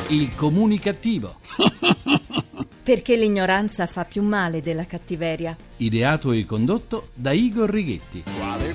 Il Comunicativo. Perché l'ignoranza fa più male della cattiveria. Ideato e condotto da Igor Righetti. Quale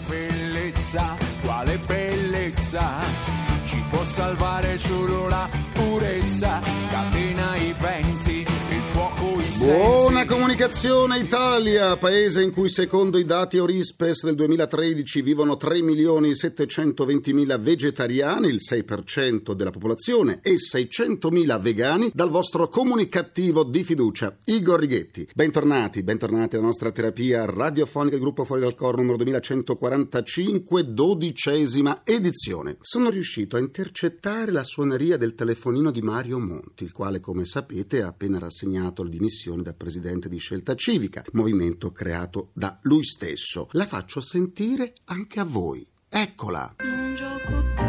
bellezza, ci può salvare solo la purezza, scatena i venti, il fuoco, i sensi. Buona comunicazione Italia, paese in cui secondo i dati Eurispes del 2013 vivono 3.720.000 vegetariani, il 6% della popolazione, e 600.000 vegani, dal vostro comunicativo di fiducia, Igor Righetti. Bentornati alla nostra terapia radiofonica del gruppo Fuori dal Coro numero 2145, 12ª edizione. Sono riuscito a intercettare la suoneria del telefonino di Mario Monti, il quale, come sapete, ha appena rassegnato le dimissioni da presidente di Scelta Civica, movimento creato da lui stesso. La faccio sentire anche a voi. Eccola. Non gioco più,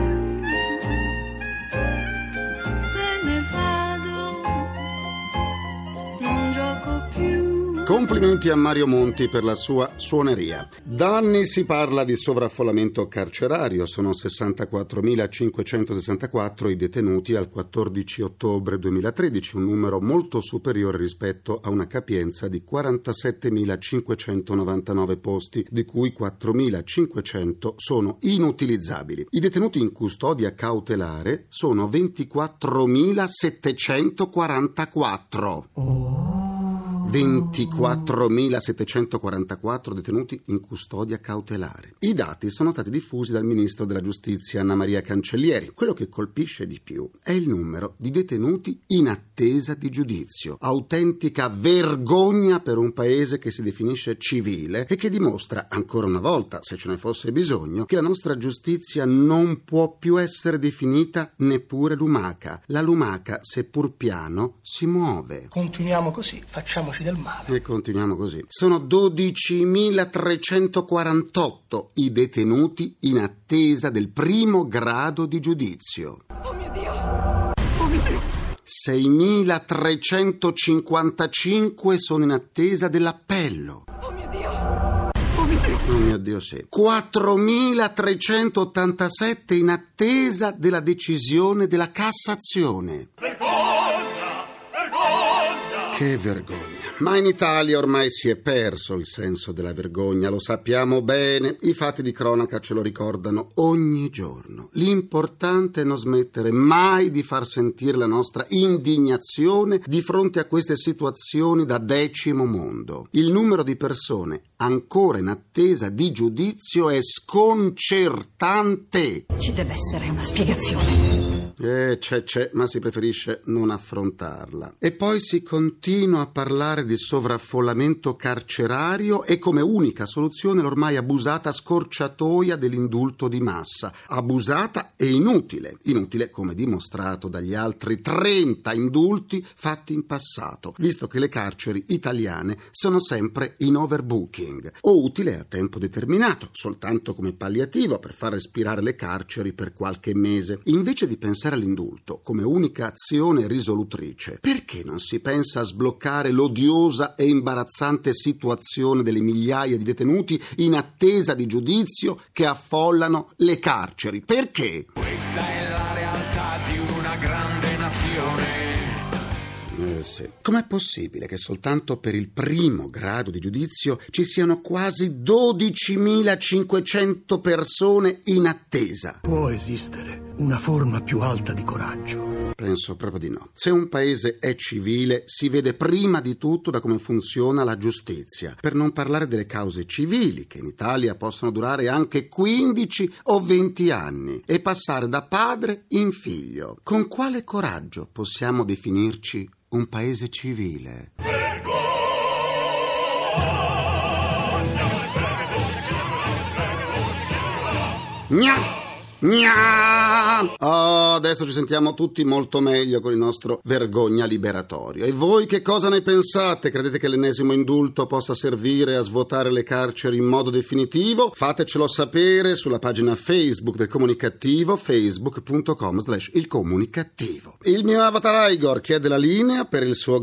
me ne vado, non gioco più. Complimenti a Mario Monti per la sua suoneria. Da anni si parla di sovraffollamento carcerario, sono 64.564 i detenuti al 14 ottobre 2013, un numero molto superiore rispetto a una capienza di 47.599 posti, di cui 4.500 sono inutilizzabili. I detenuti in custodia cautelare sono 24.744. 24.744 detenuti in custodia cautelare. I dati sono stati diffusi dal ministro della giustizia Anna Maria Cancellieri. Quello che colpisce di più è il numero di detenuti in attesa di giudizio. Autentica vergogna per un paese che si definisce civile e che dimostra ancora una volta, se ce ne fosse bisogno, che la nostra giustizia non può più essere definita neppure lumaca. La lumaca, seppur piano, si muove. Continuiamo così, facciamoci del male. E continuiamo così. Sono 12.348 i detenuti in attesa del primo grado di giudizio. Oh mio Dio! Oh mio Dio! 6.355 sono in attesa dell'appello. Oh mio Dio! Oh mio Dio! Oh mio Dio, sì. 4.387 in attesa della decisione della Cassazione. Vergogna! Vergogna! Che vergogna. Ma in Italia ormai si è perso il senso della vergogna, lo sappiamo bene, i fatti di cronaca ce lo ricordano ogni giorno. L'importante è non smettere mai di far sentire la nostra indignazione di fronte a queste situazioni da decimo mondo. Il numero di persone ancora in attesa di giudizio è sconcertante. Ci deve essere una spiegazione. C'è, ma si preferisce non affrontarla. E poi si continua a parlare di sovraffollamento carcerario e come unica soluzione l'ormai abusata scorciatoia dell'indulto di massa. Abusata e inutile. Inutile come dimostrato dagli altri 30 indulti fatti in passato, visto che le carceri italiane sono sempre in overbooking. O utile a tempo determinato, soltanto come palliativo per far respirare le carceri per qualche mese. Invece di pensare all'indulto come unica azione risolutrice, perché non si pensa a sbloccare l'odiosa e imbarazzante situazione delle migliaia di detenuti in attesa di giudizio che affollano le carceri? Perché? Questa è la realtà di una grande nazione. Sì. Com'è possibile che soltanto per il primo grado di giudizio ci siano quasi 12.500 persone in attesa? Può esistere una forma più alta di coraggio? Penso proprio di no. Se un paese è civile, si vede prima di tutto da come funziona la giustizia. Per non parlare delle cause civili, che in Italia possono durare anche 15 o 20 anni e passare da padre in figlio. Con quale coraggio possiamo definirci un paese civile? Gna! Oh, adesso ci sentiamo tutti molto meglio con il nostro vergogna liberatorio. E voi che cosa ne pensate? Credete che l'ennesimo indulto possa servire a svuotare le carceri in modo definitivo? Fatecelo sapere sulla pagina Facebook del Comunicativo, facebook.com/il Comunicativo. Il mio avatar Igor chiede la linea per il suo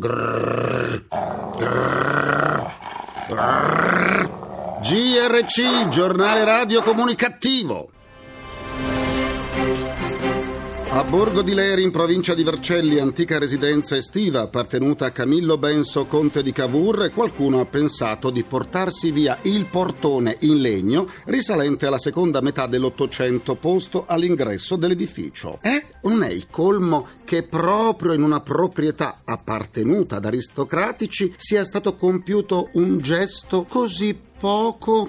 GRC, giornale radio comunicativo. A Borgo di Leri, in provincia di Vercelli, antica residenza estiva appartenuta a Camillo Benso, conte di Cavour, qualcuno ha pensato di portarsi via il portone in legno risalente alla seconda metà dell'Ottocento posto all'ingresso dell'edificio. Non è il colmo che proprio in una proprietà appartenuta ad aristocratici sia stato compiuto un gesto così poco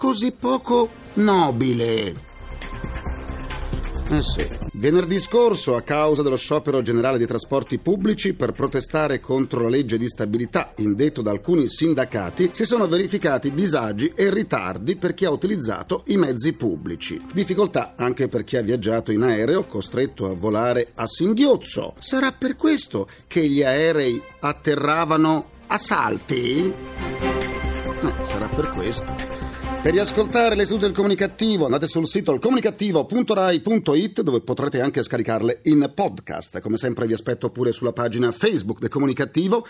nobile. Sì. Venerdì scorso, a causa dello sciopero generale dei trasporti pubblici per protestare contro la legge di stabilità indetto da alcuni sindacati, si sono verificati disagi e ritardi per chi ha utilizzato i mezzi pubblici. Difficoltà anche per chi ha viaggiato in aereo costretto a volare a singhiozzo. Sarà per questo che gli aerei atterravano a salti? Sarà per questo. Per riascoltare le sedute del Comunicativo andate sul sito ilcomunicativo.rai.it, dove potrete anche scaricarle in podcast. Come sempre vi aspetto pure sulla pagina Facebook del Comunicativo,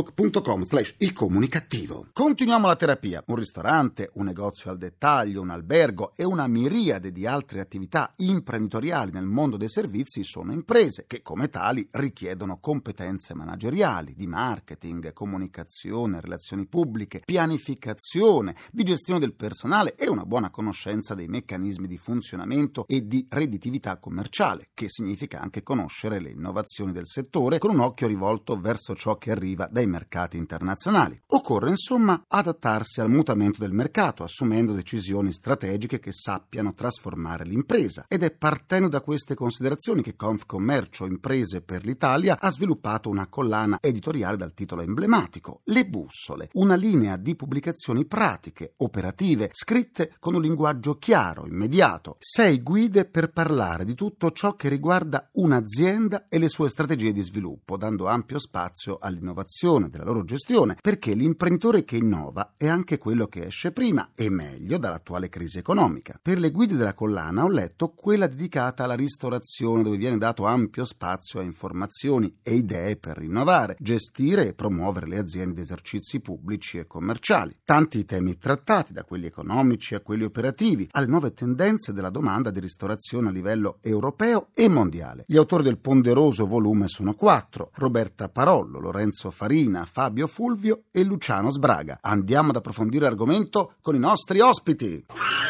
facebook.com/ilcomunicativo. Continuiamo la terapia. Un ristorante, un negozio al dettaglio, un albergo e una miriade di altre attività imprenditoriali nel mondo dei servizi sono imprese che come tali richiedono competenze manageriali, di marketing, comunicazione, relazioni pubbliche, pianificazione, di gestione del personale e una buona conoscenza dei meccanismi di funzionamento e di redditività commerciale, che significa anche conoscere le innovazioni del settore con un occhio rivolto verso ciò che arriva dai mercati internazionali. Occorre insomma adattarsi al mutamento del mercato, assumendo decisioni strategiche che sappiano trasformare l'impresa, ed è partendo da queste considerazioni che Confcommercio Imprese per l'Italia ha sviluppato una collana editoriale dal titolo emblematico Le Bussole, una linea di pubblicazioni pratiche, operative, scritte con un linguaggio chiaro, immediato. 6 guide per parlare di tutto ciò che riguarda un'azienda e le sue strategie di sviluppo, dando ampio spazio all'innovazione della loro gestione, perché l'imprenditore che innova è anche quello che esce prima e meglio dall'attuale crisi economica. Per le guide della collana ho letto quella dedicata alla ristorazione, dove viene dato ampio spazio a informazioni e idee per rinnovare, gestire e promuovere le aziende di esercizi pubblici e commerciali. Tanti temi trattati, da quelli economici a quelli operativi, alle nuove tendenze della domanda di ristorazione a livello europeo e mondiale. Gli autori del ponderoso volume sono 4: Roberta Parollo, Lorenzo Farina, Fabio Fulvio e Luciano Sbraga. Andiamo ad approfondire l'argomento con i nostri ospiti.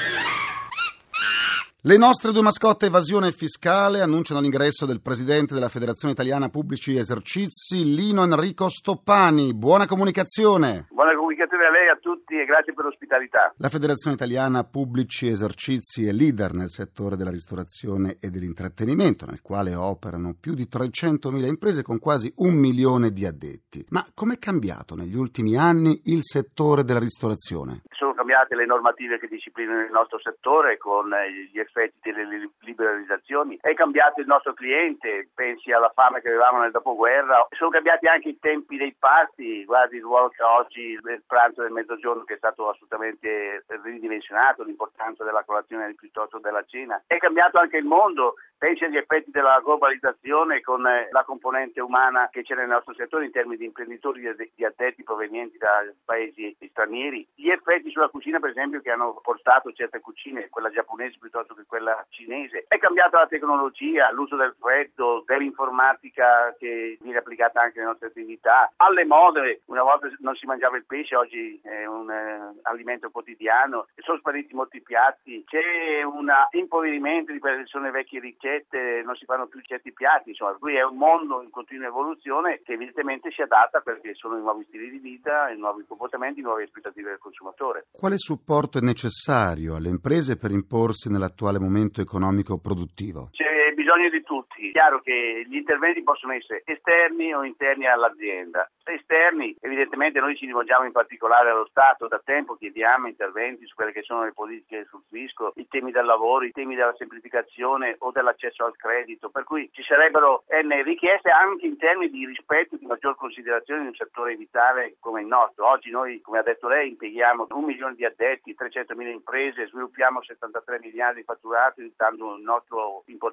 Le nostre 2 mascotte evasione fiscale annunciano l'ingresso del presidente della Federazione Italiana Pubblici Esercizi, Lino Enrico Stoppani. Buona comunicazione. Buona comunicazione a lei, a tutti, e grazie per l'ospitalità. La Federazione Italiana Pubblici Esercizi è leader nel settore della ristorazione e dell'intrattenimento, nel quale operano più di 300.000 imprese con quasi 1 milione di addetti. Ma com'è cambiato negli ultimi anni il settore della ristorazione? Sono cambiate le normative che disciplinano il nostro settore con gli effetti delle liberalizzazioni. È cambiato il nostro cliente, pensi alla fame che avevamo nel dopoguerra. Sono cambiati anche i tempi dei pasti, guardi il ruolo che oggi il pranzo del mezzogiorno, che è stato assolutamente ridimensionato, l'importanza della colazione piuttosto della cena. È cambiato anche il mondo. Pensi agli effetti della globalizzazione con la componente umana che c'è nel nostro settore in termini di imprenditori di addetti provenienti da paesi stranieri. Gli effetti sulla cucina, per esempio, che hanno portato certe cucine, quella giapponese piuttosto che quella cinese. È cambiata la tecnologia, l'uso del freddo, dell'informatica che viene applicata anche nelle nostre attività. Alle mode, una volta non si mangiava il pesce, oggi è un alimento quotidiano. Sono spariti molti piatti. C'è un impoverimento di quelle che sono le vecchie ricette, non si fanno più certi piatti, insomma, qui è un mondo in continua evoluzione che evidentemente si adatta perché sono i nuovi stili di vita, i nuovi comportamenti, le nuove aspettative del consumatore. Quale supporto è necessario alle imprese per imporsi nell'attuale momento economico produttivo? C'è bisogno di tutti. È chiaro che gli interventi possono essere esterni o interni all'azienda. Esterni, evidentemente noi ci rivolgiamo in particolare allo Stato, da tempo chiediamo interventi su quelle che sono le politiche sul fisco, i temi del lavoro, i temi della semplificazione o dell'accesso al credito, per cui ci sarebbero richieste anche in termini di rispetto e di maggior considerazione in un settore vitale come il nostro. Oggi noi, come ha detto lei, impieghiamo 1 milione di addetti, 300.000 imprese, sviluppiamo 73 miliardi di fatturati, dando un nostro importante contributo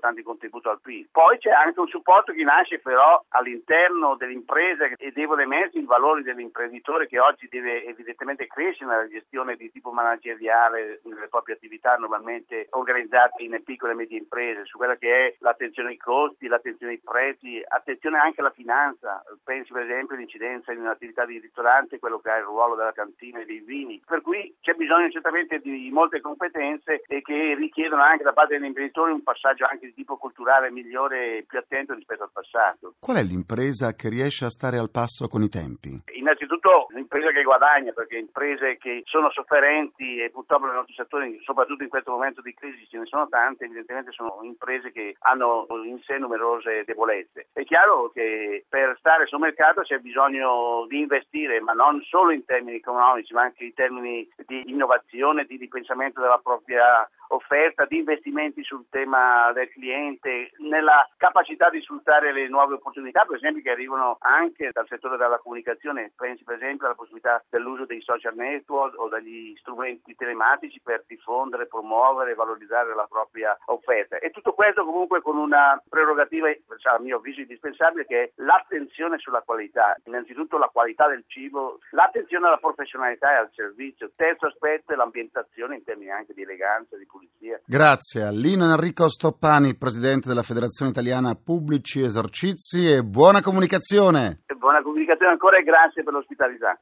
contributo al PIL. Poi c'è anche un supporto che nasce però all'interno dell'impresa e devono emergere i valori dell'imprenditore, che oggi deve evidentemente crescere nella gestione di tipo manageriale delle proprie attività normalmente organizzate in piccole e medie imprese, su quella che è l'attenzione ai costi, l'attenzione ai prezzi, attenzione anche alla finanza. Pensi per esempio all'incidenza in un'attività di ristorante, quello che ha il ruolo della cantina e dei vini, per cui c'è bisogno certamente di molte competenze e che richiedono anche da parte degli imprenditori un passaggio anche di tipo culturale migliore e più attento rispetto al passato. Qual è l'impresa che riesce a stare al passo con i tempi? Innanzitutto l'impresa che guadagna, perché imprese che sono sofferenti, e purtroppo nel nostro settore, soprattutto in questo momento di crisi, ce ne sono tante, evidentemente sono imprese che hanno in sé numerose debolezze. È chiaro che per stare sul mercato c'è bisogno di investire, ma non solo in termini economici, ma anche in termini di innovazione, di ripensamento della propria offerta, di investimenti sul tema del cliente, nella capacità di sfruttare le nuove opportunità, per esempio, che arrivano anche dal settore della comunicazione. Pensi per esempio alla possibilità dell'uso dei social network o degli strumenti telematici per diffondere, promuovere e valorizzare la propria offerta. E tutto questo comunque con una prerogativa, a mio avviso, indispensabile, che è l'attenzione sulla qualità. Innanzitutto la qualità del cibo, l'attenzione alla professionalità e al servizio. Terzo aspetto è l'ambientazione in termini anche di eleganza e di pulizia. Grazie a Lino Enrico Stoppani, presidente della Federazione Italiana Pubblici Esercizi, e buona comunicazione. E buona comunicazione ancora e grazie per l'ospitalità.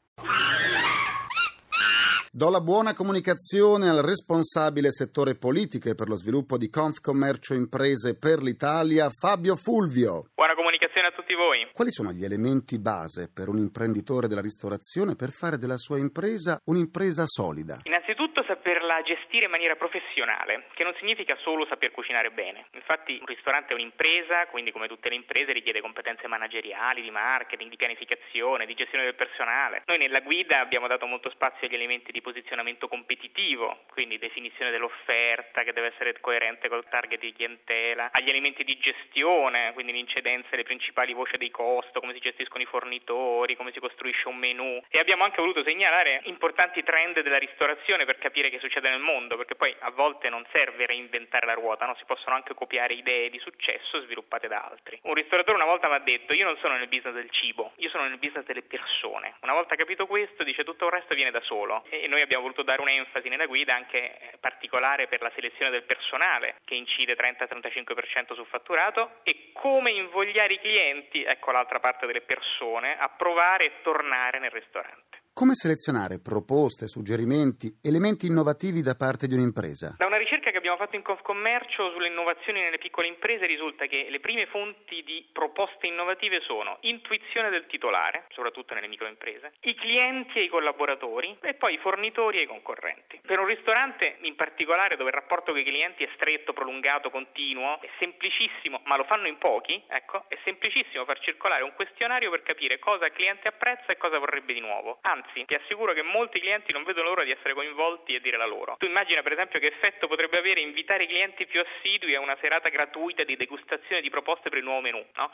Do la buona comunicazione al responsabile settore politiche per lo sviluppo di Confcommercio Imprese per l'Italia, Fabio Fulvio. Buona comunicazione a tutti voi. Quali sono gli elementi base per un imprenditore della ristorazione per fare della sua impresa un'impresa solida? Innanzitutto saperla gestire in maniera professionale, che non significa solo saper cucinare bene. Infatti un ristorante è un'impresa, quindi come tutte le imprese richiede competenze manageriali, di marketing, di pianificazione, di gestione del personale. Noi nella guida abbiamo dato molto spazio agli elementi di posizionamento competitivo, quindi definizione dell'offerta che deve essere coerente col target di clientela, agli elementi di gestione, quindi l'incidenza e le principali voci dei costi, come si gestiscono i fornitori, come si costruisce un menù, e abbiamo anche voluto segnalare importanti trend della ristorazione per capire che succede nel mondo, perché poi a volte non serve reinventare la ruota, no? Si possono anche copiare idee di successo sviluppate da altri. Un ristoratore una volta mi ha detto: io non sono nel business del cibo, io sono nel business delle persone. Una volta capito questo, dice, tutto il resto viene da solo. E noi abbiamo voluto dare un'enfasi nella guida anche particolare per la selezione del personale, che incide 30-35% sul fatturato, e come invogliare i clienti, ecco l'altra parte delle persone, a provare e tornare nel ristorante. Come selezionare proposte, suggerimenti, elementi innovativi da parte di un'impresa? Da una ricerca che abbiamo fatto in Confcommercio sulle innovazioni nelle piccole imprese risulta che le prime fonti di proposte innovative sono intuizione del titolare, soprattutto nelle microimprese, i clienti e i collaboratori, e poi i fornitori e i concorrenti. Per un ristorante in particolare, dove il rapporto con i clienti è stretto, prolungato, continuo, è semplicissimo, ma lo fanno in pochi, ecco, è semplicissimo far circolare un questionario per capire cosa il cliente apprezza e cosa vorrebbe di nuovo. Anzi, ti assicuro che molti clienti non vedono l'ora di essere coinvolti e dire la loro. Tu immagina per esempio che effetto potrebbe avere invitare i clienti più assidui a una serata gratuita di degustazione di proposte per il nuovo menù, no?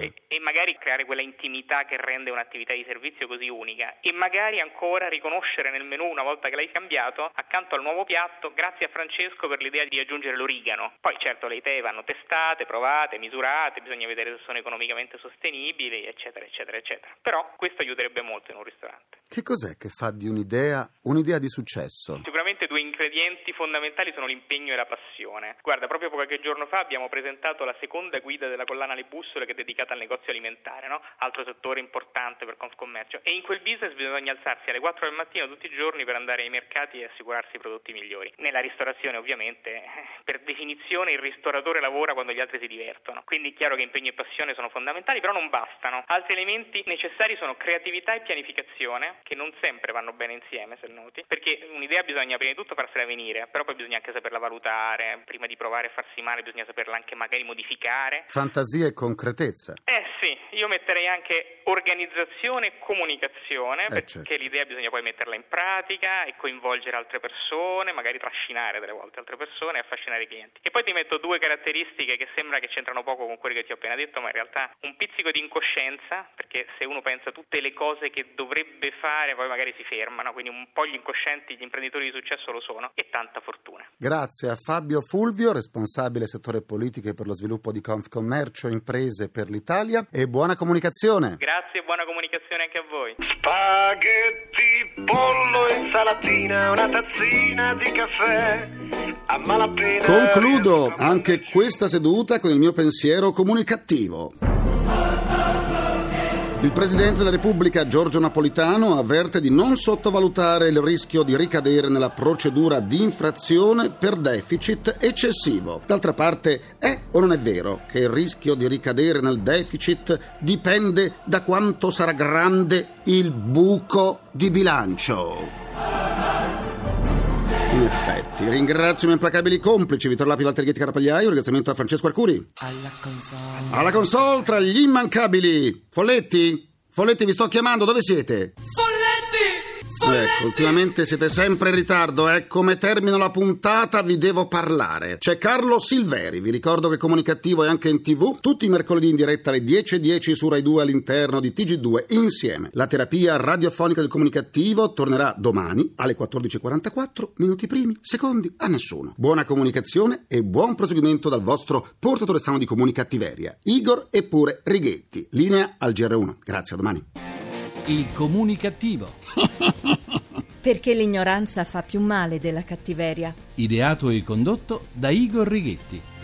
E magari creare quella intimità che rende un'attività di servizio così unica, e magari ancora riconoscere nel menù, una volta che l'hai cambiato, accanto al nuovo piatto: grazie a Francesco per l'idea di aggiungere l'origano. Poi certo le idee vanno testate, provate, misurate, bisogna vedere se sono economicamente sostenibili, eccetera eccetera eccetera. Però questo aiuterebbe molto in un ristorante. Che cos'è che fa di un'idea di successo? Sicuramente due ingredienti fondamentali sono l'impegno e la passione. Guarda, proprio qualche giorno fa abbiamo presentato la seconda guida della collana Le Bussole, che è dedicata al negozio alimentare, no? Altro settore importante per Confcommercio. E in quel business bisogna alzarsi alle 4 del mattino tutti i giorni per andare ai mercati e assicurarsi i prodotti migliori. Nella ristorazione ovviamente, per definizione, il ristoratore lavora quando gli altri si divertono. Quindi è chiaro che impegno e passione sono fondamentali, però non bastano. Altri elementi necessari sono creatività e pianificazione, che non sempre vanno bene insieme, se noti, perché un'idea bisogna prima di tutto farsela venire, però poi bisogna anche saperla valutare, prima di provare a farsi male bisogna saperla anche magari modificare. Fantasia e concretezza. Sì, io metterei anche organizzazione e comunicazione, perché certo. l'idea bisogna poi metterla in pratica e coinvolgere altre persone, magari trascinare delle volte altre persone e affascinare i clienti. E poi ti metto due caratteristiche che sembra che c'entrano poco con quello che ti ho appena detto, ma in realtà un pizzico di incoscienza, perché se uno pensa a tutte le cose che dovrebbe fare poi magari si fermano, quindi un po' gli incoscienti, gli imprenditori di successo lo sono, e tanta fortuna. Grazie a Fabio Fulvio, responsabile settore politiche per lo sviluppo di Confcommercio Imprese per l'Italia, e buona comunicazione. Grazie e buona comunicazione anche a voi. Spaghetti, pollo, insalatina, una tazzina di caffè a malapena. Concludo anche questa seduta con il mio pensiero comunicativo. Il Presidente della Repubblica Giorgio Napolitano avverte di non sottovalutare il rischio di ricadere nella procedura di infrazione per deficit eccessivo. D'altra parte, è o non è vero che il rischio di ricadere nel deficit dipende da quanto sarà grande il buco di bilancio? In effetti, ringrazio i miei implacabili complici Vittorio Lapi, Walter Ghetti, Carapagliaio. Ringraziamento a Francesco Arcuri. Alla console tra gli immancabili Folletti, vi sto chiamando, dove siete? Ecco, ultimamente siete sempre in ritardo, come termino la puntata vi devo parlare. C'è Carlo Silveri, vi ricordo che Comunicativo è anche in TV, tutti i mercoledì in diretta alle 10:10 su Rai 2 all'interno di TG2 insieme. La terapia radiofonica del Comunicativo tornerà domani alle 14:44, minuti primi, secondi a nessuno. Buona comunicazione e buon proseguimento dal vostro portatore sano di comunicattiveria, Igor e pure Righetti. Linea al GR1. Grazie, a domani. Il Comunicativo. Perché l'ignoranza fa più male della cattiveria. Ideato e condotto da Igor Righetti.